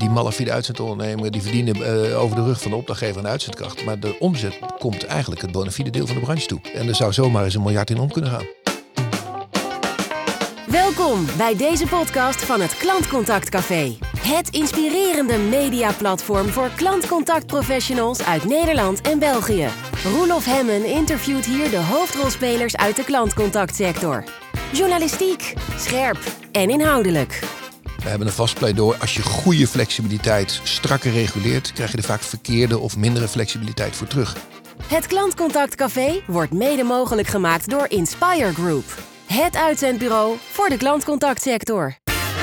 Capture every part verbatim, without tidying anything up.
Die malafide uitzendondernemer die verdienen uh, over de rug van de opdrachtgever en de uitzendkracht. Maar de omzet komt eigenlijk het bona fide deel van de branche toe. En er zou zomaar eens een miljard in om kunnen gaan. Welkom bij deze podcast van het Klantcontact Café. Het inspirerende mediaplatform voor klantcontactprofessionals uit Nederland en België. Roelof Hemmen interviewt hier de hoofdrolspelers uit de klantcontactsector. Journalistiek, scherp en inhoudelijk. We hebben een vast pleidooi. Als je goede flexibiliteit strakker reguleert, krijg je er vaak verkeerde of mindere flexibiliteit voor terug. Het Klantcontact Café wordt mede mogelijk gemaakt door Inspire Group. Het uitzendbureau voor de klantcontactsector.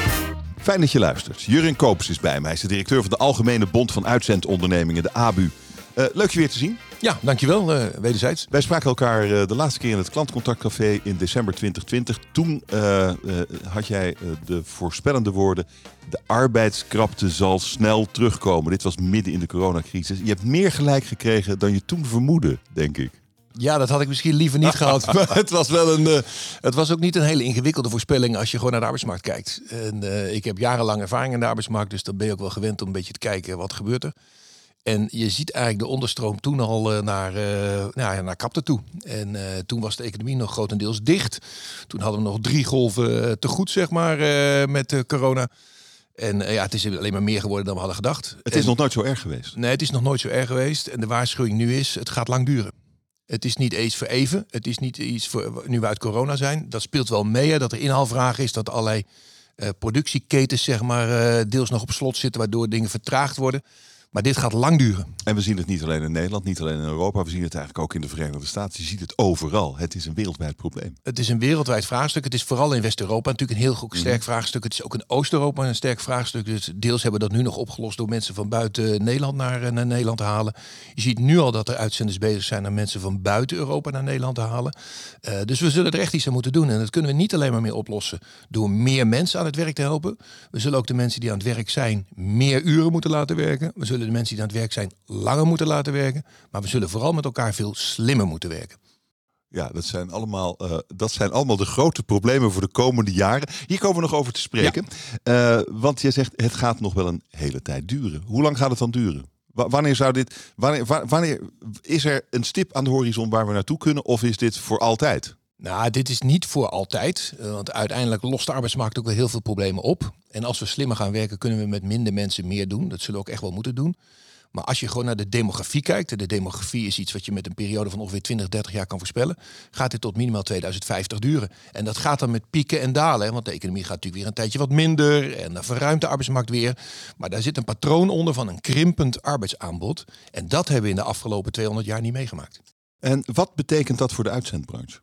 Fijn dat je luistert. Jurjen Koopers is bij mij. Hij is de directeur van de Algemene Bond van Uitzendondernemingen, de A B U. Uh, leuk je weer te zien. Ja, dankjewel. Uh, wederzijds. Wij spraken elkaar uh, de laatste keer in het Klantcontactcafé in december twintig twintig. Toen uh, uh, had jij uh, de voorspellende woorden: de arbeidskrapte zal snel terugkomen. Dit was midden in de coronacrisis. Je hebt meer gelijk gekregen dan je toen vermoedde, denk ik. Ja, dat had ik misschien liever niet gehad. Maar het was wel een. Uh, het was ook niet een hele ingewikkelde voorspelling als je gewoon naar de arbeidsmarkt kijkt. En uh, ik heb jarenlang ervaring in de arbeidsmarkt, dus dan ben je ook wel gewend om een beetje te kijken wat gebeurt er. En je ziet eigenlijk de onderstroom toen al uh, naar, uh, nou ja, naar krapte toe. En uh, toen was de economie nog grotendeels dicht. Toen hadden we nog drie golven uh, te goed, zeg maar, uh, met uh, corona. En uh, ja, het is alleen maar meer geworden dan we hadden gedacht. Het is en, nog nooit zo erg geweest. Nee, het is nog nooit zo erg geweest. En de waarschuwing nu is, het gaat lang duren. Het is niet eens voor even. Het is niet iets voor nu we uit corona zijn. Dat speelt wel mee, hè, dat er inhaalvraag is, dat allerlei uh, productieketens, zeg maar, uh, deels nog op slot zitten, waardoor dingen vertraagd worden. Maar dit gaat lang duren. En we zien het niet alleen in Nederland, niet alleen in Europa. We zien het eigenlijk ook in de Verenigde Staten. Je ziet het overal. Het is een wereldwijd probleem. Het is een wereldwijd vraagstuk. Het is vooral in West-Europa natuurlijk een heel goed sterk vraagstuk. Het is ook in Oost-Europa een sterk vraagstuk. Dus deels hebben we dat nu nog opgelost door mensen van buiten Nederland naar, naar Nederland te halen. Je ziet nu al dat er uitzenders bezig zijn om mensen van buiten Europa naar Nederland te halen. Uh, dus we zullen er echt iets aan moeten doen. En dat kunnen we niet alleen maar meer oplossen door meer mensen aan het werk te helpen. We zullen ook de mensen die aan het werk zijn meer uren moeten laten werken. We zullen de mensen die aan het werk zijn langer moeten laten werken. Maar we zullen vooral met elkaar veel slimmer moeten werken. Ja, dat zijn allemaal, uh, dat zijn allemaal de grote problemen voor de komende jaren. Hier komen we nog over te spreken. Ja. Uh, want je zegt, het gaat nog wel een hele tijd duren. Hoe lang gaat het dan duren? W- wanneer zou dit, wanneer, wanneer is er een stip aan de horizon waar we naartoe kunnen? Of is dit voor altijd? Nou, dit is niet voor altijd. Want uiteindelijk lost de arbeidsmarkt ook wel heel veel problemen op. En als we slimmer gaan werken, kunnen we met minder mensen meer doen. Dat zullen we ook echt wel moeten doen. Maar als je gewoon naar de demografie kijkt, de demografie is iets wat je met een periode van ongeveer twintig, dertig jaar kan voorspellen, gaat dit tot minimaal tweeduizend vijftig duren. En dat gaat dan met pieken en dalen, hè, want de economie gaat natuurlijk weer een tijdje wat minder en dan verruimt de arbeidsmarkt weer. Maar daar zit een patroon onder van een krimpend arbeidsaanbod. En dat hebben we in de afgelopen tweehonderd jaar niet meegemaakt. En wat betekent dat voor de uitzendbranche?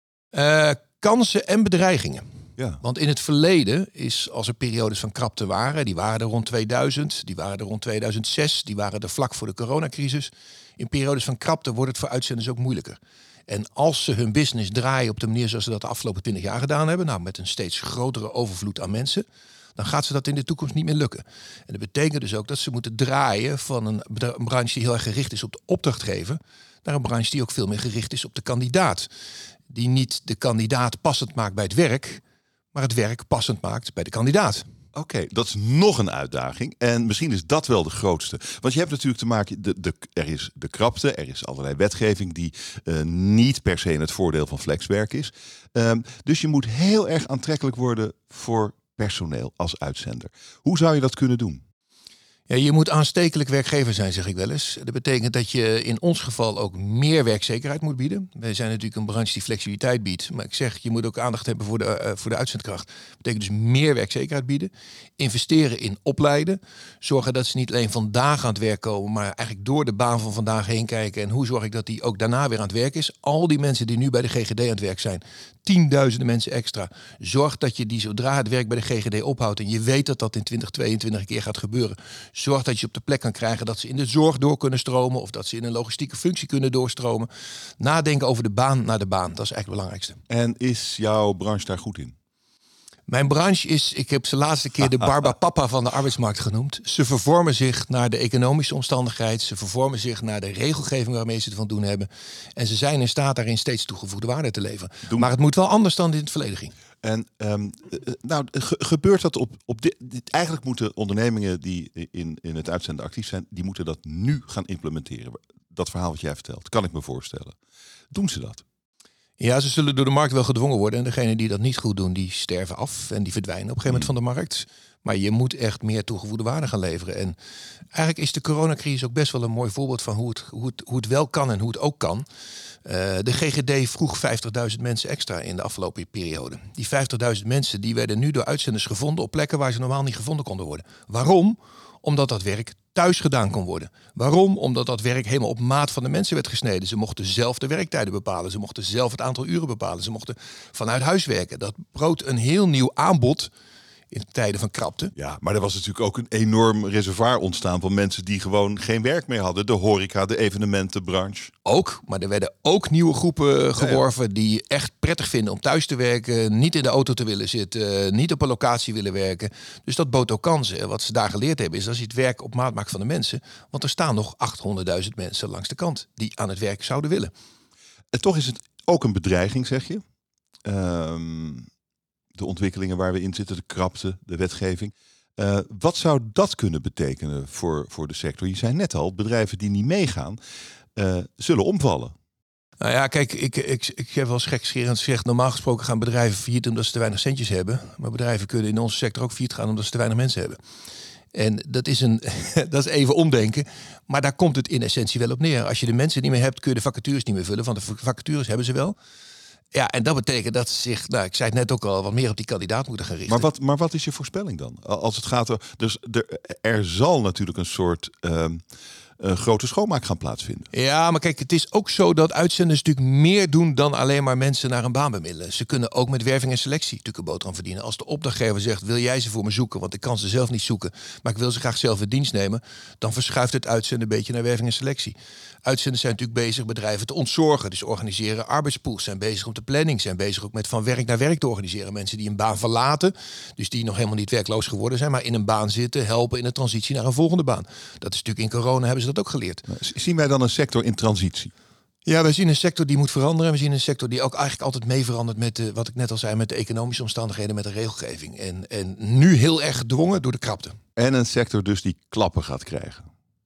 Uh, kansen en bedreigingen. Ja. Want in het verleden is, als er periodes van krapte waren, die waren er rond tweeduizend, die waren er rond tweeduizend zes, die waren er vlak voor de coronacrisis. In periodes van krapte wordt het voor uitzenders ook moeilijker. En als ze hun business draaien op de manier zoals ze dat de afgelopen twintig jaar gedaan hebben, nou met een steeds grotere overvloed aan mensen, dan gaat ze dat in de toekomst niet meer lukken. En dat betekent dus ook dat ze moeten draaien van een, een branche die heel erg gericht is op de opdrachtgever, naar een branche die ook veel meer gericht is op de kandidaat. Die niet de kandidaat passend maakt bij het werk, maar het werk passend maakt bij de kandidaat. Oké, okay, dat is nog een uitdaging. En misschien is dat wel de grootste. Want je hebt natuurlijk te maken, de, de, er is de krapte, er is allerlei wetgeving die uh, niet per se in het voordeel van flexwerk is. Um, dus je moet heel erg aantrekkelijk worden voor personeel als uitzender. Hoe zou je dat kunnen doen? Ja, je moet aanstekelijk werkgever zijn, zeg ik wel eens. Dat betekent dat je in ons geval ook meer werkzekerheid moet bieden. Wij zijn natuurlijk een branche die flexibiliteit biedt. Maar ik zeg, je moet ook aandacht hebben voor de, uh, voor de uitzendkracht. Dat betekent dus meer werkzekerheid bieden. Investeren in opleiden. Zorgen dat ze niet alleen vandaag aan het werk komen, maar eigenlijk door de baan van vandaag heen kijken. En hoe zorg ik dat die ook daarna weer aan het werk is? Al die mensen die nu bij de G G D aan het werk zijn, tienduizenden mensen extra. Zorg dat je die zodra het werk bij de G G D ophoudt, en je weet dat dat in twintig tweeëntwintig een keer gaat gebeuren, zorg dat je op de plek kan krijgen dat ze in de zorg door kunnen stromen of dat ze in een logistieke functie kunnen doorstromen. Nadenken over de baan naar de baan, dat is eigenlijk het belangrijkste. En is jouw branche daar goed in? Mijn branche is, ik heb ze laatste keer de Barbapapa van de arbeidsmarkt genoemd. Ze vervormen zich naar de economische omstandigheid. Ze vervormen zich naar de regelgeving waarmee ze het van doen hebben. En ze zijn in staat daarin steeds toegevoegde waarde te leveren. Doen. Maar het moet wel anders dan in het verleden ging. En um, nou, ge- gebeurt dat op, op dit, dit... Eigenlijk moeten ondernemingen die in, in het uitzenden actief zijn, die moeten dat nu gaan implementeren. Dat verhaal wat jij vertelt, kan ik me voorstellen. Doen ze dat? Ja, ze zullen door de markt wel gedwongen worden. En degenen die dat niet goed doen, die sterven af en die verdwijnen op een gegeven moment van de markt. Maar je moet echt meer toegevoegde waarde gaan leveren. En eigenlijk is de coronacrisis ook best wel een mooi voorbeeld van hoe het, hoe het, hoe het wel kan en hoe het ook kan. Uh, de G G D vroeg vijftigduizend mensen extra in de afgelopen periode. Die vijftigduizend mensen die werden nu door uitzenders gevonden op plekken waar ze normaal niet gevonden konden worden. Waarom? Omdat dat werk thuis gedaan kon worden. Waarom? Omdat dat werk helemaal op maat van de mensen werd gesneden. Ze mochten zelf de werktijden bepalen. Ze mochten zelf het aantal uren bepalen. Ze mochten vanuit huis werken. Dat bood een heel nieuw aanbod in tijden van krapte. Ja, maar er was natuurlijk ook een enorm reservoir ontstaan van mensen die gewoon geen werk meer hadden. De horeca, de evenementenbranche. Ook, maar er werden ook nieuwe groepen geworven ja, ja. die echt prettig vinden om thuis te werken, niet in de auto te willen zitten, niet op een locatie willen werken. Dus dat bood ook kansen. En wat ze daar geleerd hebben is dat je het werk op maat maakt van de mensen. Want er staan nog achthonderdduizend mensen langs de kant die aan het werk zouden willen. En toch is het ook een bedreiging, zeg je? Um... De ontwikkelingen waar we in zitten, de krapte, de wetgeving. Uh, wat zou dat kunnen betekenen voor, voor de sector? Je zei net al, bedrijven die niet meegaan, uh, zullen omvallen. Nou ja, kijk, ik, ik, ik heb wel eens gekscherend gezegd, normaal gesproken gaan bedrijven failliet omdat ze te weinig centjes hebben. Maar bedrijven kunnen in onze sector ook failliet gaan omdat ze te weinig mensen hebben. En dat is, een, dat is even omdenken. Maar daar komt het in essentie wel op neer. Als je de mensen niet meer hebt, kun je de vacatures niet meer vullen. Want de vacatures hebben ze wel. Ja, en dat betekent dat ze zich, nou, ik zei het net ook al, wat meer op die kandidaat moeten gaan richten. Maar wat, maar wat is je voorspelling dan? Als het gaat, dus er, er zal natuurlijk een soort um, een grote schoonmaak gaan plaatsvinden. Ja, maar kijk, het is ook zo dat uitzenders natuurlijk meer doen dan alleen maar mensen naar een baan bemiddelen. Ze kunnen ook met werving en selectie natuurlijk een boterham verdienen. Als de opdrachtgever zegt, wil jij ze voor me zoeken? Want ik kan ze zelf niet zoeken, maar ik wil ze graag zelf in dienst nemen. Dan verschuift het uitzenden een beetje naar werving en selectie. Uitzenders zijn natuurlijk bezig bedrijven te ontzorgen. Dus organiseren arbeidspools, zijn bezig om de planning, zijn bezig ook met van werk naar werk te organiseren. Mensen die een baan verlaten, dus die nog helemaal niet werkloos geworden zijn, maar in een baan zitten, helpen in de transitie naar een volgende baan. Dat is natuurlijk in corona hebben ze dat ook geleerd. Zien wij dan een sector in transitie? Ja, wij zien een sector die moet veranderen. We zien een sector die ook eigenlijk altijd mee verandert met de, wat ik net al zei, met de economische omstandigheden, met de regelgeving. En, en nu heel erg gedwongen door de krapte. En een sector dus die klappen gaat krijgen.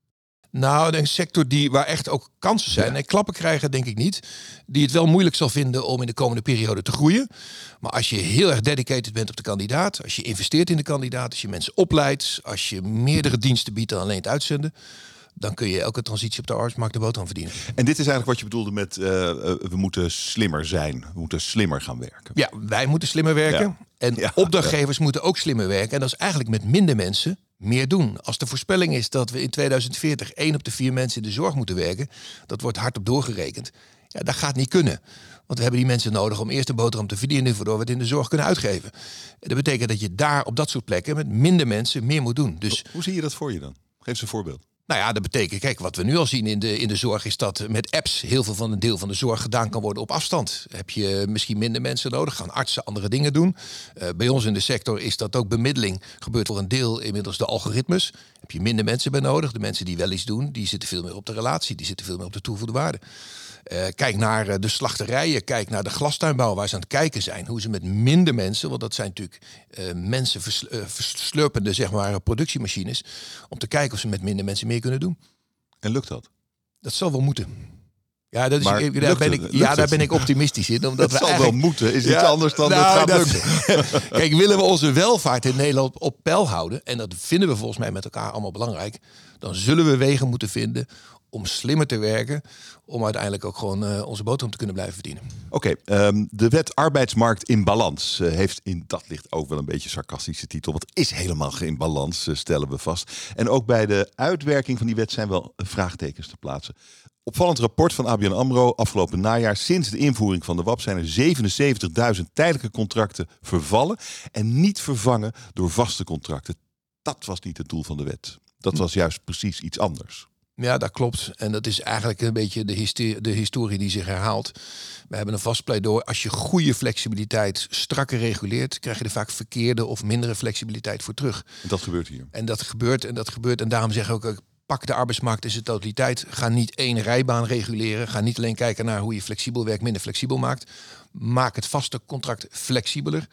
Nou, een sector die, waar echt ook kansen zijn. Ja. En klappen krijgen denk ik niet. Die het wel moeilijk zal vinden om in de komende periode te groeien. Maar als je heel erg dedicated bent op de kandidaat. Als je investeert in de kandidaat. Als je mensen opleidt. Als je meerdere diensten biedt dan alleen het uitzenden. Dan kun je elke transitie op de arbeidsmarkt de boterham verdienen. En dit is eigenlijk wat je bedoelde met uh, uh, we moeten slimmer zijn. We moeten slimmer gaan werken. Ja, wij moeten slimmer werken. Ja. En ja, opdrachtgevers ja. moeten ook slimmer werken. En dat is eigenlijk met minder mensen meer doen. Als de voorspelling is dat we in tweeduizend veertig één op de vier mensen in de zorg moeten werken. Dat wordt hardop doorgerekend. Ja, dat gaat niet kunnen. Want we hebben die mensen nodig om eerst een boterham te verdienen, waardoor we het in de zorg kunnen uitgeven. En dat betekent dat je daar op dat soort plekken met minder mensen meer moet doen. Dus hoe zie je dat voor je dan? Geef eens een voorbeeld. Nou ja, dat betekent, kijk, wat we nu al zien in de, in de zorg is dat met apps heel veel van een deel van de zorg gedaan kan worden op afstand. Heb je misschien minder mensen nodig, gaan artsen andere dingen doen. Uh, bij ons in de sector is dat ook bemiddeling, gebeurt voor een deel inmiddels de algoritmes. Heb je minder mensen bij nodig. De mensen die wel iets doen, die zitten veel meer op de relatie, die zitten veel meer op de toegevoegde waarde. Uh, kijk naar uh, de slachterijen, kijk naar de glastuinbouw waar ze aan het kijken zijn. Hoe ze met minder mensen, want dat zijn natuurlijk uh, mensen vers, uh, verslurpende zeg maar, productiemachines. Om te kijken of ze met minder mensen meer kunnen doen. En lukt dat? Dat zal wel moeten. Ja, dat is, maar ik, daar, ben ik, ja daar ben ik optimistisch in. Omdat het we zal wel moeten, is ja, iets anders dan nou, het gaat dat, lukken. Kijk, willen we onze welvaart in Nederland op peil houden, en dat vinden we volgens mij met elkaar allemaal belangrijk, dan zullen we wegen moeten vinden om slimmer te werken, om uiteindelijk ook gewoon uh, onze boterham te kunnen blijven verdienen. Oké, okay, um, de wet arbeidsmarkt in balans uh, heeft in dat licht ook wel een beetje sarcastische titel. Want het is helemaal geen balans, uh, stellen we vast. En ook bij de uitwerking van die wet zijn wel vraagtekens te plaatsen. Opvallend rapport van A B N AMRO afgelopen najaar. Sinds de invoering van de W A P zijn er zevenenzeventigduizend tijdelijke contracten vervallen en niet vervangen door vaste contracten. Dat was niet het doel van de wet. Dat was juist precies iets anders. Ja, dat klopt. En dat is eigenlijk een beetje de, hysterie, de historie die zich herhaalt. We hebben een vast pleidooi. Als je goede flexibiliteit strakker reguleert, krijg je er vaak verkeerde of mindere flexibiliteit voor terug. En dat gebeurt hier. En dat gebeurt en dat gebeurt. En daarom zeg ik ook, pak de arbeidsmarkt in zijn totaliteit. Ga niet één rijbaan reguleren. Ga niet alleen kijken naar hoe je flexibel werk minder flexibel maakt. Maak het vaste contract flexibeler.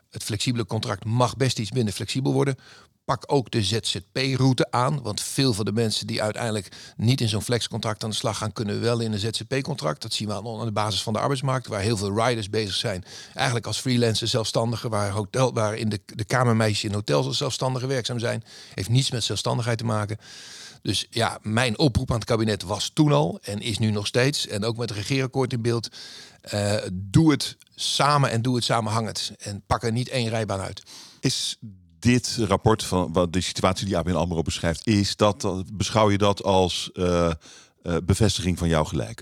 Het flexibele contract mag best iets minder flexibel worden. Pak ook de Z Z P-route aan. Want veel van de mensen die uiteindelijk niet in zo'n flexcontract aan de slag gaan, kunnen wel in een Z Z P-contract. Dat zien we aan de basis van de arbeidsmarkt, waar heel veel riders bezig zijn. Eigenlijk als freelancer, zelfstandigen, waar, hotel, waar in de, de kamermeisjes in hotels als zelfstandigen werkzaam zijn. Heeft niets met zelfstandigheid te maken. Dus ja, mijn oproep aan het kabinet was toen al en is nu nog steeds. En ook met het regeerakkoord in beeld. Uh, doe het samen en doe het samenhangend. En pak er niet één rijbaan uit. Is dit rapport van wat de situatie die A B N AMRO beschrijft, is dat, beschouw je dat als uh, uh, bevestiging van jouw gelijk?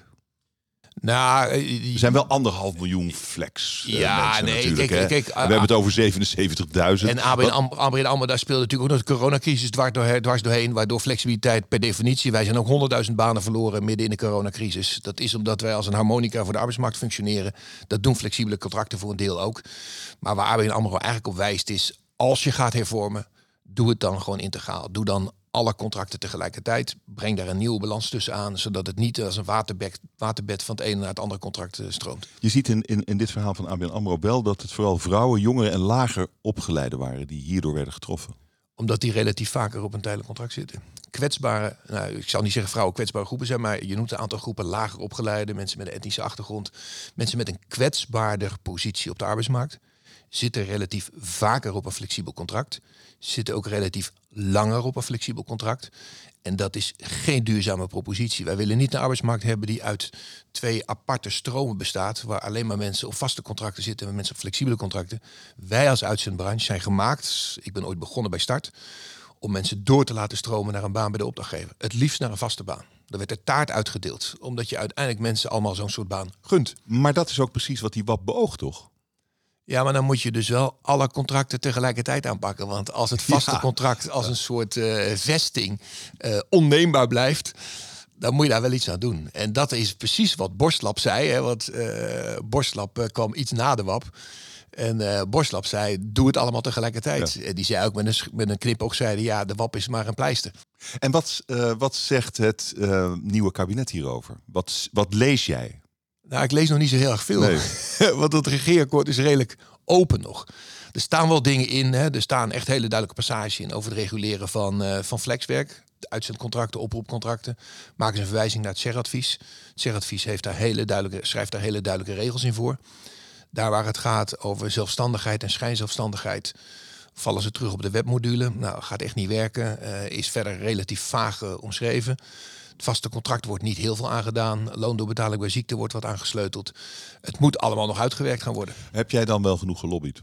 Nou, er zijn wel anderhalf miljoen flex. Uh, ja, nee, natuurlijk. Kijk, kijk, we uh, hebben het over zevenenzeventigduizend. En A B N AMRO, daar speelde natuurlijk ook nog de coronacrisis dwars, door, dwars doorheen, waardoor flexibiliteit per definitie, wij zijn ook honderdduizend banen verloren midden in de coronacrisis. Dat is omdat wij als een harmonica voor de arbeidsmarkt functioneren. Dat doen flexibele contracten voor een deel ook. Maar waar A B N AMRO eigenlijk op wijst is, als je gaat hervormen, doe het dan gewoon integraal. Doe dan alle contracten tegelijkertijd. Breng daar een nieuwe balans tussen aan, zodat het niet als een waterbed, waterbed van het ene naar het andere contract uh, stroomt. Je ziet in, in, in dit verhaal van A B N AMRO wel dat het vooral vrouwen, jongeren en lager opgeleiden waren die hierdoor werden getroffen. Omdat die relatief vaker op een tijdelijk contract zitten. Kwetsbare, nou, ik zal niet zeggen vrouwen kwetsbare groepen zijn, maar je noemt een aantal groepen lager opgeleide, mensen met een etnische achtergrond, mensen met een kwetsbaarder positie op de arbeidsmarkt, zitten relatief vaker op een flexibel contract, zitten ook relatief langer op een flexibel contract. En dat is geen duurzame propositie. Wij willen niet een arbeidsmarkt hebben die uit twee aparte stromen bestaat, waar alleen maar mensen op vaste contracten zitten en mensen op flexibele contracten. Wij als uitzendbranche zijn gemaakt, ik ben ooit begonnen bij Start, om mensen door te laten stromen naar een baan bij de opdrachtgever. Het liefst naar een vaste baan. Er werd er taart uitgedeeld, omdat je uiteindelijk mensen allemaal zo'n soort baan gunt. Maar dat is ook precies wat die W A P beoogt, toch? Ja, maar dan moet je dus wel alle contracten tegelijkertijd aanpakken. Want als het vaste ja. contract als een soort uh, vesting uh, onneembaar blijft, dan moet je daar wel iets aan doen. En dat is precies wat Borstlab zei. Hè, want uh, Borstlab uh, kwam iets na de W A P. En uh, Borstlab zei, doe het allemaal tegelijkertijd. Ja. En die zei ook met een, met een knipoog, zeiden, ja, de W A P is maar een pleister. En wat, uh, wat zegt het uh, nieuwe kabinet hierover? Wat, wat lees jij? Nou, ik lees nog niet zo heel erg veel. Nee. Want het regeerakkoord is redelijk open nog. Er staan wel dingen in. Hè. Er staan echt hele duidelijke passages in over het reguleren van, uh, van flexwerk. De uitzendcontracten, oproepcontracten. Maken ze een verwijzing naar het S E R-advies. Het S E R-advies heeft daar hele duidelijke, schrijft daar hele duidelijke regels in voor. Daar waar het gaat over zelfstandigheid en schijnzelfstandigheid, vallen ze terug op de webmodule. Nou, gaat echt niet werken. Uh, is verder relatief vaag uh, omschreven. Het vaste contract wordt niet heel veel aangedaan. Loondoorbetaling bij ziekte wordt wat aangesleuteld. Het moet allemaal nog uitgewerkt gaan worden. Heb jij dan wel genoeg gelobbyd?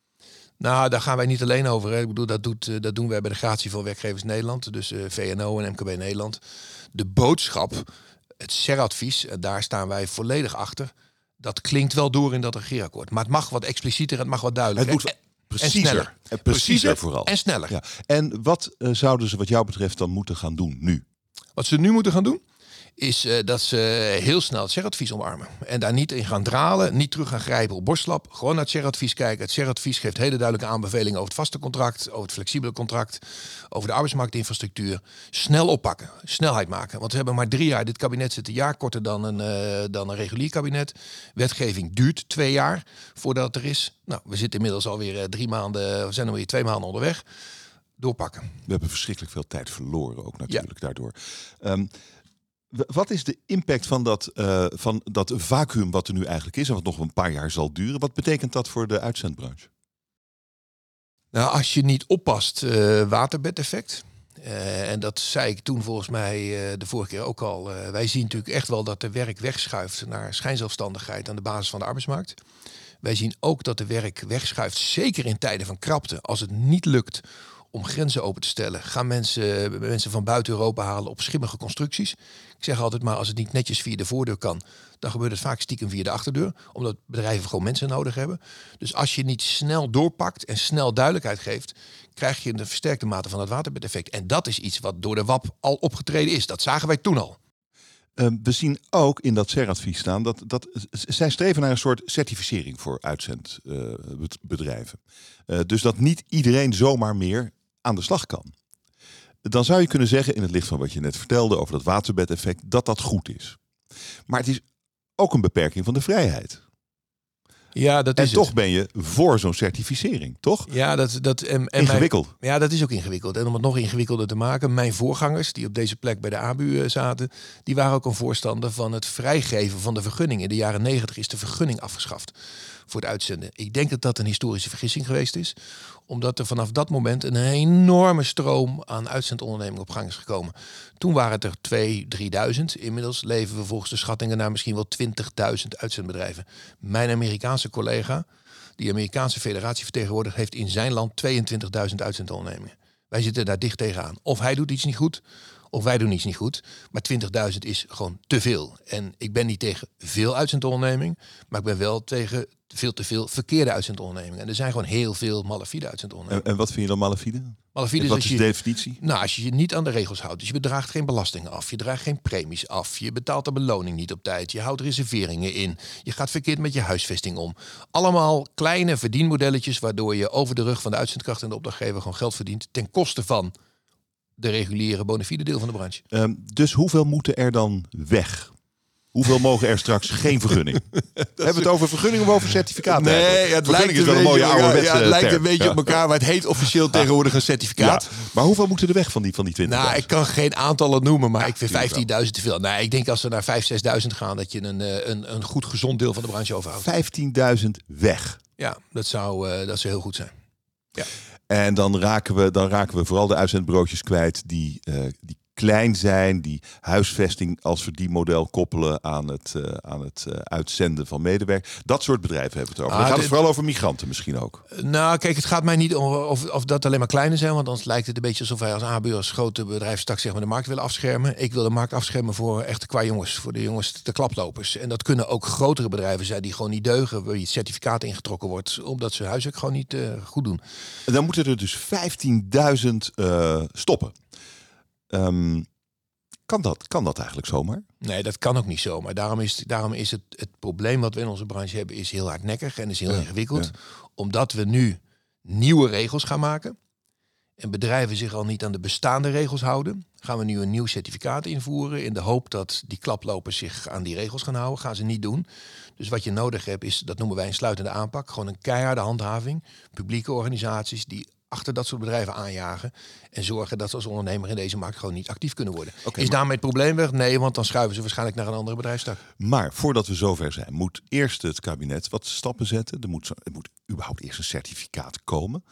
Nou, daar gaan wij niet alleen over. Hè. Ik bedoel, dat, doet, dat doen wij bij de Gratie van Werkgevers Nederland. Dus uh, V N O en M K B Nederland. De boodschap, het S E R-advies, daar staan wij volledig achter. Dat klinkt wel door in dat regeerakkoord. Maar het mag wat explicieter, het mag wat duidelijker. Het moet preciezer. En sneller. En preciezer vooral. En sneller. Ja. En wat uh, zouden ze wat jou betreft dan moeten gaan doen nu? Wat ze nu moeten gaan doen, is uh, dat ze heel snel het S E R-advies omarmen. En daar niet in gaan dralen, niet terug gaan grijpen op Borstlab. Gewoon naar het S E R-advies kijken. Het S E R-advies geeft hele duidelijke aanbevelingen over het vaste contract, over het flexibele contract, over de arbeidsmarktinfrastructuur. Snel oppakken, snelheid maken. Want we hebben maar drie jaar. Dit kabinet zit een jaar korter dan een, uh, dan een regulier kabinet. Wetgeving duurt twee jaar voordat het er is. Nou, we zitten inmiddels alweer uh, drie maanden, we zijn alweer twee maanden onderweg. Doorpakken. We hebben verschrikkelijk veel tijd verloren ook natuurlijk ja. daardoor. Um, wat is de impact van dat, uh, van dat vacuüm wat er nu eigenlijk is en wat nog een paar jaar zal duren? Wat betekent dat voor de uitzendbranche? Nou, als je niet oppast, uh, waterbedeffect. Uh, en dat zei ik toen volgens mij uh, de vorige keer ook al. Uh, wij zien natuurlijk echt wel dat de werk wegschuift naar schijnzelfstandigheid aan de basis van de arbeidsmarkt. Wij zien ook dat de werk wegschuift, zeker in tijden van krapte. Als het niet lukt om grenzen open te stellen, gaan mensen, mensen van buiten Europa halen op schimmige constructies. Ik zeg altijd maar, als het niet netjes via de voordeur kan, dan gebeurt het vaak stiekem via de achterdeur. Omdat bedrijven gewoon mensen nodig hebben. Dus als je niet snel doorpakt en snel duidelijkheid geeft, krijg je een versterkte mate van het waterbedeffect. En dat is iets wat door de W A P al opgetreden is. Dat zagen wij toen al. Uh, we zien ook in dat S E R-advies staan dat, dat zij streven naar een soort certificering voor uitzendbedrijven. Uh, uh, dus dat niet iedereen zomaar meer aan de slag kan. Dan zou je kunnen zeggen, in het licht van wat je net vertelde over dat waterbedeffect, dat dat goed is. Maar het is ook een beperking van de vrijheid. Ja, dat is en toch het. ben je voor zo'n certificering, toch? Ja, dat, dat, en, en Ingewikkeld. Mijn, ja, dat is ook ingewikkeld. En om het nog ingewikkelder te maken, mijn voorgangers die op deze plek bij de A B U zaten, die waren ook een voorstander van het vrijgeven van de vergunning. In de jaren negentig is de vergunning afgeschaft voor het uitzenden. Ik denk dat dat een historische vergissing geweest is, omdat er vanaf dat moment een enorme stroom aan uitzendondernemingen op gang is gekomen. Toen waren het er twee, drieduizend. Inmiddels leven we volgens de schattingen naar misschien wel twintigduizend uitzendbedrijven. Mijn Amerikaanse collega, die Amerikaanse federatie vertegenwoordigt, heeft in zijn land tweeëntwintigduizend uitzendondernemingen. Wij zitten daar dicht tegenaan. Of hij doet iets niet goed, of wij doen iets niet goed. Maar twintigduizend is gewoon te veel. En ik ben niet tegen veel uitzendonderneming, maar ik ben wel tegen veel te veel verkeerde uitzendondernemingen. En er zijn gewoon heel veel malafide uitzendondernemingen. En, en wat vind je dan malafide? Malafide en is wat als is je, de definitie? Nou, als je je niet aan de regels houdt. Dus je bedraagt geen belastingen af. Je draagt geen premies af. Je betaalt de beloning niet op tijd. Je houdt reserveringen in. Je gaat verkeerd met je huisvesting om. Allemaal kleine verdienmodelletjes waardoor je over de rug van de uitzendkracht en de opdrachtgever gewoon geld verdient ten koste van de reguliere bona fide deel van de branche. Um, dus hoeveel moeten er dan weg? Hoeveel mogen er straks geen vergunning? Hebben we het over vergunning of over certificaat? Nee, eigenlijk? het vergunning lijkt is wel een mooie ouderwetse ja, het lijkt term. een beetje Ja. op elkaar, maar het heet officieel tegenwoordig een certificaat. Ja. Maar hoeveel moeten er weg van die, van die twintig? Nou, ik kan geen aantallen noemen, maar Ja, ik vind tuurlijk vijftienduizend te veel. Nee, ik denk als we naar vijfduizend, zesduizend gaan, dat je een, eh, een, een goed gezond deel van de branche overhoudt. vijftienduizend weg. Ja, dat zou, uh, dat zou heel goed zijn. Ja. En dan raken we, dan raken we vooral de uitzendbureautjes kwijt die, uh, die klein zijn, die huisvesting als verdienmodel koppelen aan het, uh, aan het uh, uitzenden van medewerkers. Dat soort bedrijven hebben we het over. Ah, Dan gaat het dit... vooral over migranten misschien ook. Nou, kijk, het gaat mij niet om of, of dat alleen maar kleine zijn, want anders lijkt het een beetje alsof wij als A B U als grote bedrijfstak zeg maar de markt willen afschermen. Ik wil de markt afschermen voor echte qua jongens, voor de jongens, de klaplopers. En dat kunnen ook grotere bedrijven zijn die gewoon niet deugen, waar je het certificaat ingetrokken wordt, omdat ze huiswerk gewoon niet uh, goed doen. En dan moeten er dus vijftienduizend uh, stoppen. Um, kan, dat, kan dat eigenlijk zomaar? Nee, dat kan ook niet zomaar. Daarom is, daarom is het, het probleem wat we in onze branche hebben, is heel hardnekkig en is heel ja, ingewikkeld. Ja. Omdat we nu nieuwe regels gaan maken en bedrijven zich al niet aan de bestaande regels houden, gaan we nu een nieuw certificaat invoeren in de hoop dat die klaplopers zich aan die regels gaan houden. Gaan ze niet doen. Dus wat je nodig hebt is, dat noemen wij een sluitende aanpak, gewoon een keiharde handhaving. Publieke organisaties die achter dat soort bedrijven aanjagen en zorgen dat ze als ondernemer in deze markt gewoon niet actief kunnen worden. Okay, is maar... daarmee het probleem weg? Nee, want dan schuiven ze waarschijnlijk naar een andere bedrijfstak. Maar voordat we zover zijn, moet eerst het kabinet wat stappen zetten. Er moet, er moet überhaupt eerst een certificaat komen.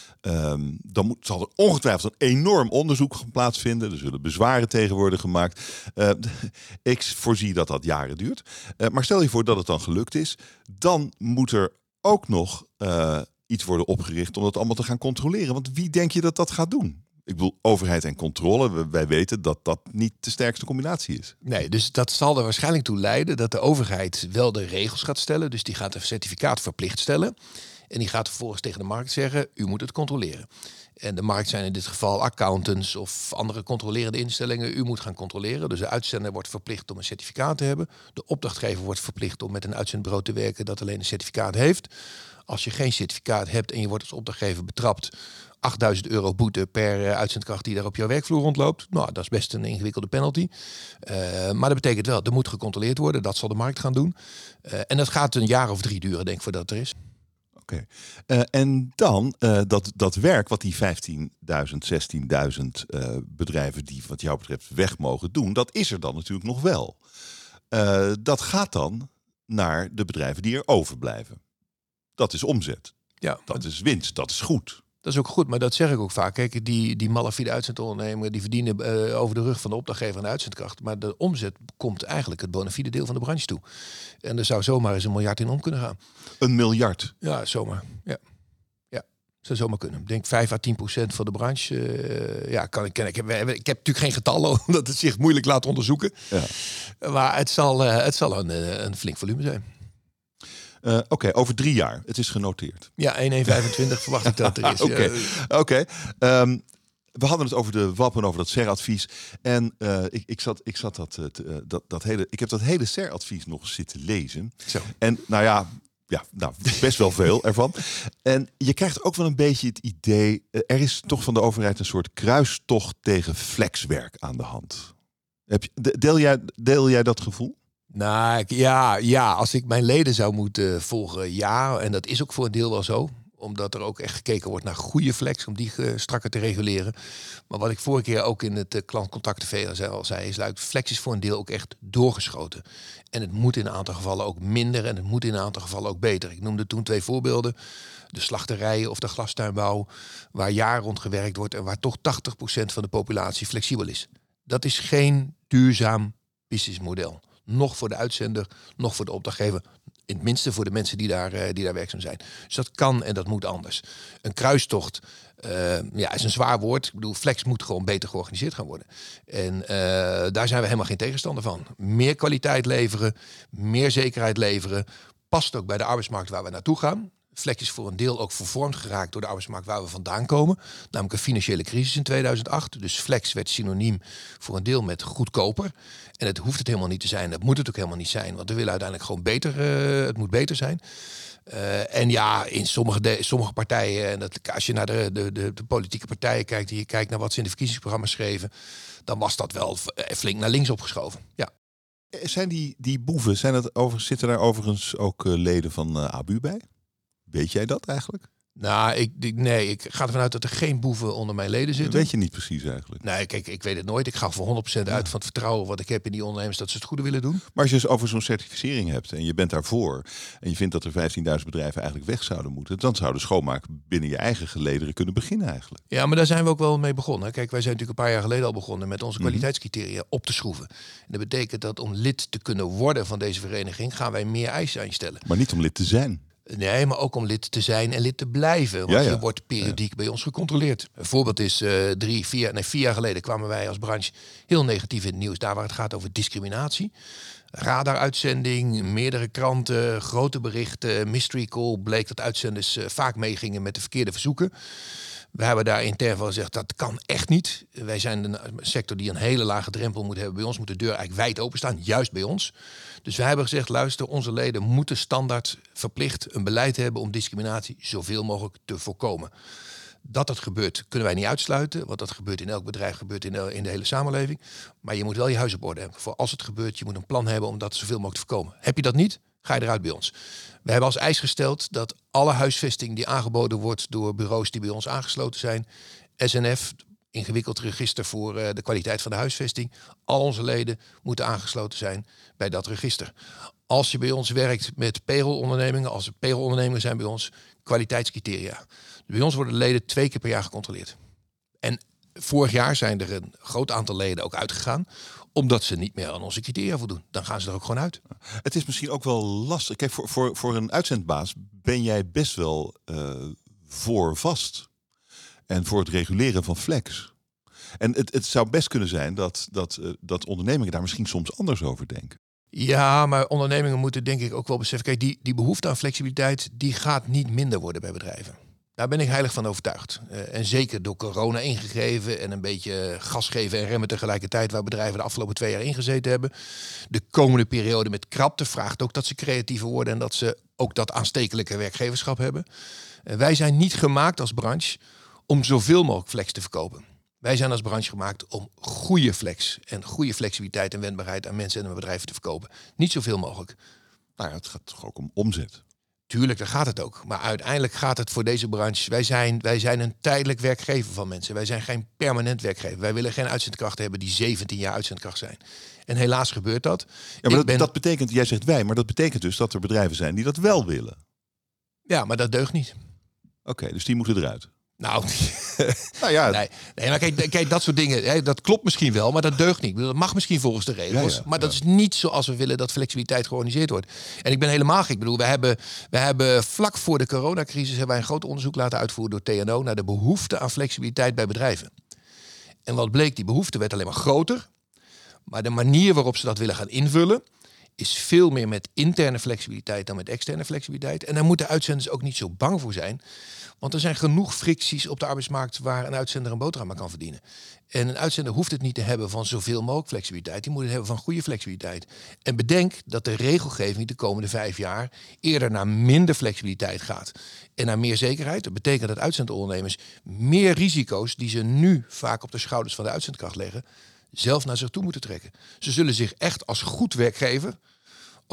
Um, dan moet, zal er ongetwijfeld een enorm onderzoek gaan plaatsvinden. Er zullen bezwaren tegen worden gemaakt. Uh, ik voorzie dat dat jaren duurt. Uh, maar stel je voor dat het dan gelukt is. Dan moet er ook nog Uh, iets worden opgericht om dat allemaal te gaan controleren. Want wie denk je dat dat gaat doen? Ik bedoel, overheid en controle. Wij weten dat dat niet de sterkste combinatie is. Nee, dus dat zal er waarschijnlijk toe leiden dat de overheid wel de regels gaat stellen. Dus die gaat een certificaat verplicht stellen. En die gaat vervolgens tegen de markt zeggen, u moet het controleren. En de markt zijn in dit geval accountants of andere controlerende instellingen. U moet gaan controleren. Dus de uitzender wordt verplicht om een certificaat te hebben. De opdrachtgever wordt verplicht om met een uitzendbureau te werken dat alleen een certificaat heeft. Als je geen certificaat hebt en je wordt als opdrachtgever betrapt, achtduizend euro boete per uh, uitzendkracht die daar op jouw werkvloer rondloopt. Nou, dat is best een ingewikkelde penalty. Uh, maar dat betekent wel, er moet gecontroleerd worden. Dat zal de markt gaan doen. Uh, en dat gaat een jaar of drie duren, denk ik, voordat het er is. Oké. Okay. Uh, en dan uh, dat, dat werk wat die vijftienduizend, zestienduizend uh, bedrijven die wat jou betreft weg mogen doen, dat is er dan natuurlijk nog wel. Uh, dat gaat dan naar de bedrijven die er overblijven. Dat is omzet. Ja, dat is winst. Dat is goed. Dat is ook goed, maar dat zeg ik ook vaak. Kijk, die, die malafide uitzendondernemer die verdienen uh, over de rug van de opdrachtgever en de uitzendkracht. Maar de omzet komt eigenlijk het bona fide deel van de branche toe. En er zou zomaar eens een miljard in om kunnen gaan. Een miljard? Ja, zomaar. Ja. Ja, zou zomaar kunnen. Ik denk vijf à tien procent van de branche. Uh, ja, kan ik, ik, heb, ik heb natuurlijk geen getallen, omdat het zich moeilijk laat onderzoeken. Ja. Maar het zal, uh, het zal een, een flink volume zijn. Uh, Oké, okay, over drie jaar. Het is genoteerd. Ja, één komma vijfentwintig verwacht ik dat er is. Oké, okay. okay. um, we hadden het over de W A P en over dat S E R-advies. En uh, ik, ik, zat, ik, zat dat, uh, dat, dat hele, ik heb dat hele S E R-advies nog zitten lezen. Zo. En nou ja, ja nou, best wel veel ervan. En je krijgt ook wel een beetje het idee, uh, er is toch van de overheid een soort kruistocht tegen flexwerk aan de hand. Heb je, deel, jij, deel jij dat gevoel? Nou, ik- ja, ja, als ik mijn leden zou moeten volgen, ja. En dat is ook voor een deel wel zo. Omdat er ook echt gekeken wordt naar goede flex, om die eh, strakker te reguleren. Maar wat ik vorige keer ook in het uh, klantcontact T V al zei, is luid, flex is voor een deel ook echt doorgeschoten. En het moet in een aantal gevallen ook minder en het moet in een aantal gevallen ook beter. Ik noemde toen twee voorbeelden. De slachterijen of de glastuinbouw, waar jaar rond gewerkt wordt en waar toch tachtig procent van de populatie flexibel is. Dat is geen duurzaam businessmodel. Nog voor de uitzender, nog voor de opdrachtgever. In het minste voor de mensen die daar, uh, die daar werkzaam zijn. Dus dat kan en dat moet anders. Een kruistocht uh, ja, is een zwaar woord. Ik bedoel, flex moet gewoon beter georganiseerd gaan worden. En uh, daar zijn we helemaal geen tegenstander van. Meer kwaliteit leveren, meer zekerheid leveren. Past ook bij de arbeidsmarkt waar we naartoe gaan. Flex is voor een deel ook vervormd geraakt door de arbeidsmarkt waar we vandaan komen. Namelijk een financiële crisis in tweeduizend acht. Dus flex werd synoniem voor een deel met goedkoper. En het hoeft het helemaal niet te zijn. Dat moet het ook helemaal niet zijn. Want we willen uiteindelijk gewoon beter. Uh, het moet beter zijn. Uh, en ja, in sommige, de, sommige partijen, en dat, als je naar de, de, de, de politieke partijen kijkt, en je kijkt naar wat ze in de verkiezingsprogramma's schreven, dan was dat wel flink naar links opgeschoven. Ja. Zijn die, die boeven, zijn dat over, zitten daar overigens ook uh, leden van uh, A B U bij? Weet jij dat eigenlijk? Nou, ik, ik, nee, ik ga ervan uit dat er geen boeven onder mijn leden zitten. Dat weet je niet precies eigenlijk. Nee, kijk, ik weet het nooit. Ik ga voor honderd procent uit van het vertrouwen wat ik heb in die ondernemers dat ze het goede willen doen. Maar als je dus over zo'n certificering hebt en je bent daarvoor en je vindt dat er vijftienduizend bedrijven eigenlijk weg zouden moeten, dan zou de schoonmaak binnen je eigen gelederen kunnen beginnen eigenlijk. Ja, maar daar zijn we ook wel mee begonnen. Kijk, wij zijn natuurlijk een paar jaar geleden al begonnen met onze kwaliteitscriteria op te schroeven. En dat betekent dat om lid te kunnen worden van deze vereniging gaan wij meer eisen aan je stellen. Maar niet om lid te zijn. Nee, maar ook om lid te zijn en lid te blijven. Want ja, ja. je wordt periodiek ja. bij ons gecontroleerd. Een voorbeeld is uh, drie, vier, nee, vier jaar geleden kwamen wij als branche heel negatief in het nieuws. Daar waar het gaat over discriminatie. Radaruitzending, meerdere kranten, grote berichten, mystery call. Bleek dat uitzenders uh, vaak meegingen met de verkeerde verzoeken. We hebben daar intern van gezegd, dat kan echt niet. Wij zijn een sector die een hele lage drempel moet hebben. Bij ons moet de deur eigenlijk wijd openstaan, juist bij ons. Dus wij hebben gezegd, luister, onze leden moeten standaard verplicht een beleid hebben om discriminatie zoveel mogelijk te voorkomen. Dat dat gebeurt, kunnen wij niet uitsluiten. Want dat gebeurt in elk bedrijf, gebeurt in de, in de hele samenleving. Maar je moet wel je huis op orde hebben. Voor als het gebeurt, je moet een plan hebben om dat zoveel mogelijk te voorkomen. Heb je dat niet, ga je eruit bij ons. We hebben als eis gesteld dat alle huisvesting die aangeboden wordt door bureaus die bij ons aangesloten zijn, S N F, ingewikkeld register voor uh, de kwaliteit van de huisvesting, al onze leden moeten aangesloten zijn bij dat register. Als je bij ons werkt met payroll-ondernemingen, als er payroll-ondernemingen zijn bij ons, kwaliteitscriteria. Bij ons worden de leden twee keer per jaar gecontroleerd. En vorig jaar zijn er een groot aantal leden ook uitgegaan, omdat ze niet meer aan onze criteria voldoen. Dan gaan ze er ook gewoon uit. Het is misschien ook wel lastig. Kijk, voor, voor, voor een uitzendbaas ben jij best wel uh, voor vast. En voor het reguleren van flex. En het, het zou best kunnen zijn dat, dat, uh, dat ondernemingen daar misschien soms anders over denken. Ja, maar ondernemingen moeten denk ik ook wel beseffen. Kijk, die, die behoefte aan flexibiliteit, die gaat niet minder worden bij bedrijven. Daar ben ik heilig van overtuigd. Uh, en zeker door corona ingegeven en een beetje gas geven en remmen tegelijkertijd, waar bedrijven de afgelopen twee jaar ingezeten hebben. De komende periode met krapte vraagt ook dat ze creatiever worden en dat ze ook dat aanstekelijke werkgeverschap hebben. Uh, wij zijn niet gemaakt als branche om zoveel mogelijk flex te verkopen. Wij zijn als branche gemaakt om goede flex en goede flexibiliteit en wendbaarheid aan mensen en aan bedrijven te verkopen. Niet zoveel mogelijk. Nou ja, het gaat toch ook om omzet. Tuurlijk, daar gaat het ook. Maar uiteindelijk gaat het voor deze branche. Wij zijn, wij zijn een tijdelijk werkgever van mensen. Wij zijn geen permanent werkgever. Wij willen geen uitzendkrachten hebben die zeventien jaar uitzendkracht zijn. En helaas gebeurt dat. Ja, maar dat, ben... dat betekent, jij zegt wij, maar dat betekent dus dat er bedrijven zijn die dat wel willen. Ja, maar dat deugt niet. Oké, okay, dus die moeten eruit. Nou, nou ja. nee, nee, maar kijk, kijk, dat soort dingen, hè, dat klopt misschien wel, maar dat deugt niet. Dat mag misschien volgens de regels, ja, ja, maar dat ja. is niet zoals we willen dat flexibiliteit georganiseerd wordt. En ik ben helemaal gek. Ik bedoel, we hebben, we hebben vlak voor de coronacrisis hebben wij een groot onderzoek laten uitvoeren door T N O naar de behoefte aan flexibiliteit bij bedrijven. En wat bleek, die behoefte werd alleen maar groter, maar de manier waarop ze dat willen gaan invullen is veel meer met interne flexibiliteit dan met externe flexibiliteit. En daar moeten uitzenders ook niet zo bang voor zijn. Want er zijn genoeg fricties op de arbeidsmarkt waar een uitzender een boterham aan kan verdienen. En een uitzender hoeft het niet te hebben van zoveel mogelijk flexibiliteit. Die moet het hebben van goede flexibiliteit. En bedenk dat de regelgeving de komende vijf jaar eerder naar minder flexibiliteit gaat. En naar meer zekerheid. Dat betekent dat uitzendondernemers meer risico's die ze nu vaak op de schouders van de uitzendkracht leggen, zelf naar zich toe moeten trekken. Ze zullen zich echt als goed werkgever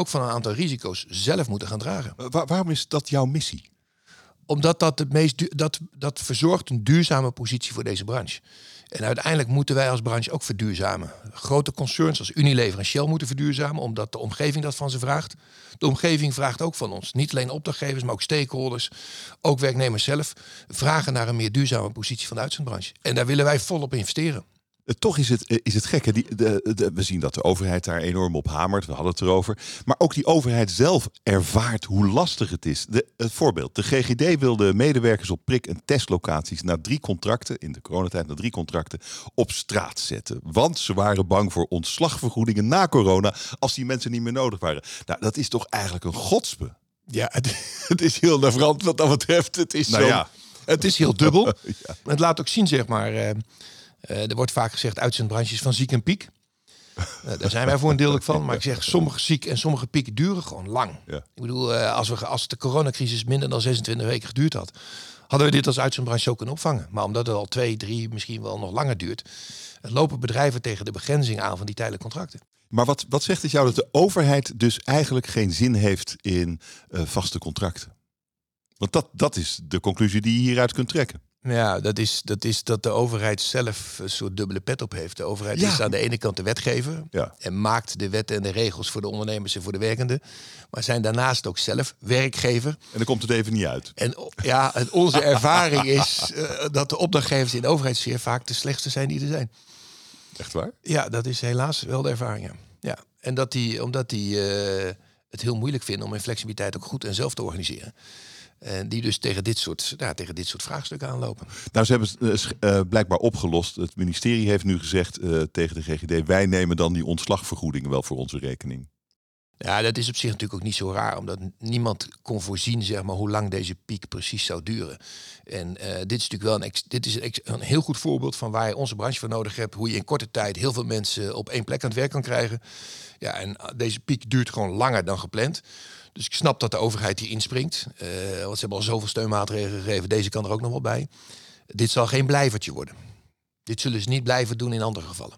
ook van een aantal risico's zelf moeten gaan dragen. Waar, waarom is dat jouw missie? Omdat dat het meest du- dat, dat verzorgt een duurzame positie voor deze branche. En uiteindelijk moeten wij als branche ook verduurzamen. Grote concerns als Unilever en Shell moeten verduurzamen, omdat de omgeving dat van ze vraagt. De omgeving vraagt ook van ons. Niet alleen opdrachtgevers, maar ook stakeholders, ook werknemers zelf, vragen naar een meer duurzame positie van de uitzendbranche. En daar willen wij volop investeren. Toch is het, is het gekke. Die, de, de, we zien dat de overheid daar enorm op hamert. We hadden het erover. Maar ook die overheid zelf ervaart hoe lastig het is. De, het voorbeeld. De G G D wilde medewerkers op prik- en testlocaties na drie contracten, in de coronatijd na drie contracten, op straat zetten. Want ze waren bang voor ontslagvergoedingen na corona als die mensen niet meer nodig waren. Nou, dat is toch eigenlijk een godspe. Ja, het, het is heel navrant wat dat betreft. Het is, Nou zo, ja. het is heel dubbel. Ja. Het laat ook zien, zeg maar. Uh, uh, er wordt vaak gezegd uitzendbranches van ziek en piek. Uh, daar zijn wij voor een deel ook van. Maar ik zeg, sommige ziek en sommige pieken duren gewoon lang. Ja. Ik bedoel, uh, als, we, als de coronacrisis minder dan zesentwintig weken geduurd had, hadden we dit als uitzendbranche ook kunnen opvangen. Maar omdat het al twee, drie, misschien wel nog langer duurt, lopen bedrijven tegen de begrenzing aan van die tijdelijke contracten. Maar wat, wat zegt het jou dat de overheid dus eigenlijk geen zin heeft in uh, vaste contracten? Want dat, dat is de conclusie die je hieruit kunt trekken. Ja, dat is, dat is dat de overheid zelf een soort dubbele pet op heeft. De overheid Ja. is aan de ene kant de wetgever Ja. en maakt de wetten en de regels voor de ondernemers en voor de werkenden. Maar zijn daarnaast ook zelf werkgever. En dan komt het even niet uit. En ja, en onze ervaring is uh, dat de opdrachtgevers in de overheidssfeer vaak de slechtste zijn die er zijn. Echt waar? Ja, dat is helaas wel de ervaring. Ja. Ja. En dat die, omdat die uh, het heel moeilijk vinden om hun flexibiliteit ook goed en zelf te organiseren. En die dus tegen dit soort, ja, tegen dit soort vraagstukken aanlopen. Nou, ze hebben het uh, blijkbaar opgelost. Het ministerie heeft nu gezegd uh, tegen de G G D... wij nemen dan die ontslagvergoedingen wel voor onze rekening. Ja, dat is op zich natuurlijk ook niet zo raar, omdat niemand kon voorzien, zeg maar, hoe lang deze piek precies zou duren. En uh, dit is natuurlijk wel een, ex, dit is een, ex, een heel goed voorbeeld van waar je onze branche voor nodig hebt. Hoe je in korte tijd heel veel mensen op één plek aan het werk kan krijgen. Ja, en deze piek duurt gewoon langer dan gepland. Dus ik snap dat de overheid hier inspringt. Uh, want ze hebben al zoveel steunmaatregelen gegeven. Deze kan er ook nog wel bij. Dit zal geen blijvertje worden. Dit zullen ze niet blijven doen in andere gevallen.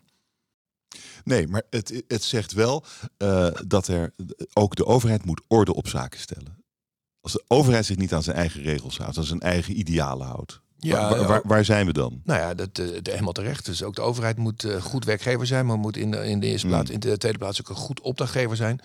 Nee, maar het, het zegt wel uh, dat er ook de overheid moet orde op zaken stellen. Als de overheid zich niet aan zijn eigen regels houdt, aan zijn eigen idealen houdt. Ja, waar, waar, waar zijn we dan? Nou ja, dat, uh, helemaal terecht. Dus ook de overheid moet uh, goed werkgever zijn, maar moet in de, in de eerste plaats, mm. in de tweede plaats ook een goed opdrachtgever zijn.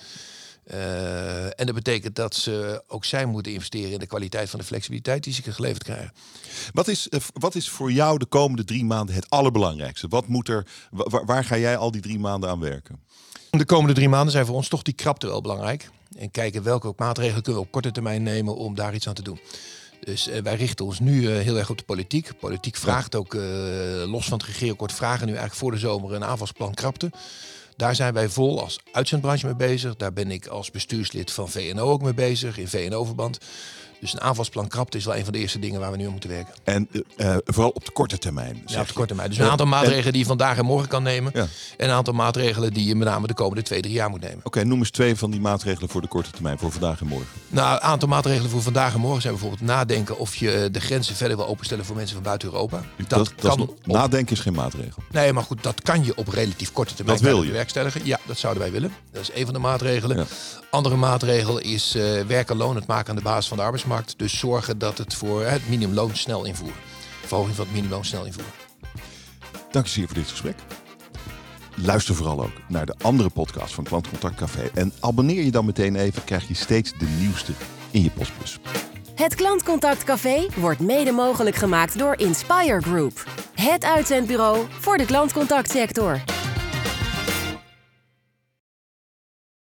Uh, en dat betekent dat ze ook zij moeten investeren in de kwaliteit van de flexibiliteit die ze geleverd krijgen. Wat is, uh, wat is voor jou de komende drie maanden het allerbelangrijkste? Wat moet er, waar, waar ga jij al die drie maanden aan werken? De komende drie maanden zijn voor ons toch die krapte wel belangrijk. En kijken welke maatregelen kunnen we op korte termijn nemen om daar iets aan te doen. Dus uh, wij richten ons nu uh, heel erg op de politiek. Politiek vraagt ook, uh, los van het regeerakkoord, vragen nu eigenlijk voor de zomer een aanvalsplan krapte. Daar zijn wij vol als uitzendbranche mee bezig. Daar ben ik als bestuurslid van V N O ook mee bezig, in V N O-verband. Dus een aanvalsplan krapte is wel een van de eerste dingen waar we nu aan moeten werken. En uh, vooral op de korte termijn. Ja, op de korte termijn. Dus een aantal maatregelen en, die je vandaag en morgen kan nemen. Ja. En een aantal maatregelen die je met name de komende twee, drie jaar moet nemen. Oké, okay, noem eens twee van die maatregelen voor de korte termijn, voor vandaag en morgen. Nou, een aantal maatregelen voor vandaag en morgen zijn bijvoorbeeld nadenken of je de grenzen verder wil openstellen voor mensen van buiten Europa. Dat, dat, dat kan is nog, op... Nadenken is geen maatregel. Nee, maar goed, dat kan je op relatief korte termijn dat wil je. bewerkstelligen. Ja, dat zouden wij willen. Dat is een van de maatregelen. Ja. Andere maatregel is uh, werk en loon, het maken aan de basis van de arbeidsmarkt. Dus zorgen dat het voor uh, het minimumloon snel invoeren. Verhoging van het minimumloon snel invoeren. Dank je zeer voor dit gesprek. Luister vooral ook naar de andere podcast van Klantcontact Café. En abonneer je dan meteen even, krijg je steeds de nieuwste in je postbus. Het Klantcontact Café wordt mede mogelijk gemaakt door Inspire Group. Het uitzendbureau voor de klantcontactsector.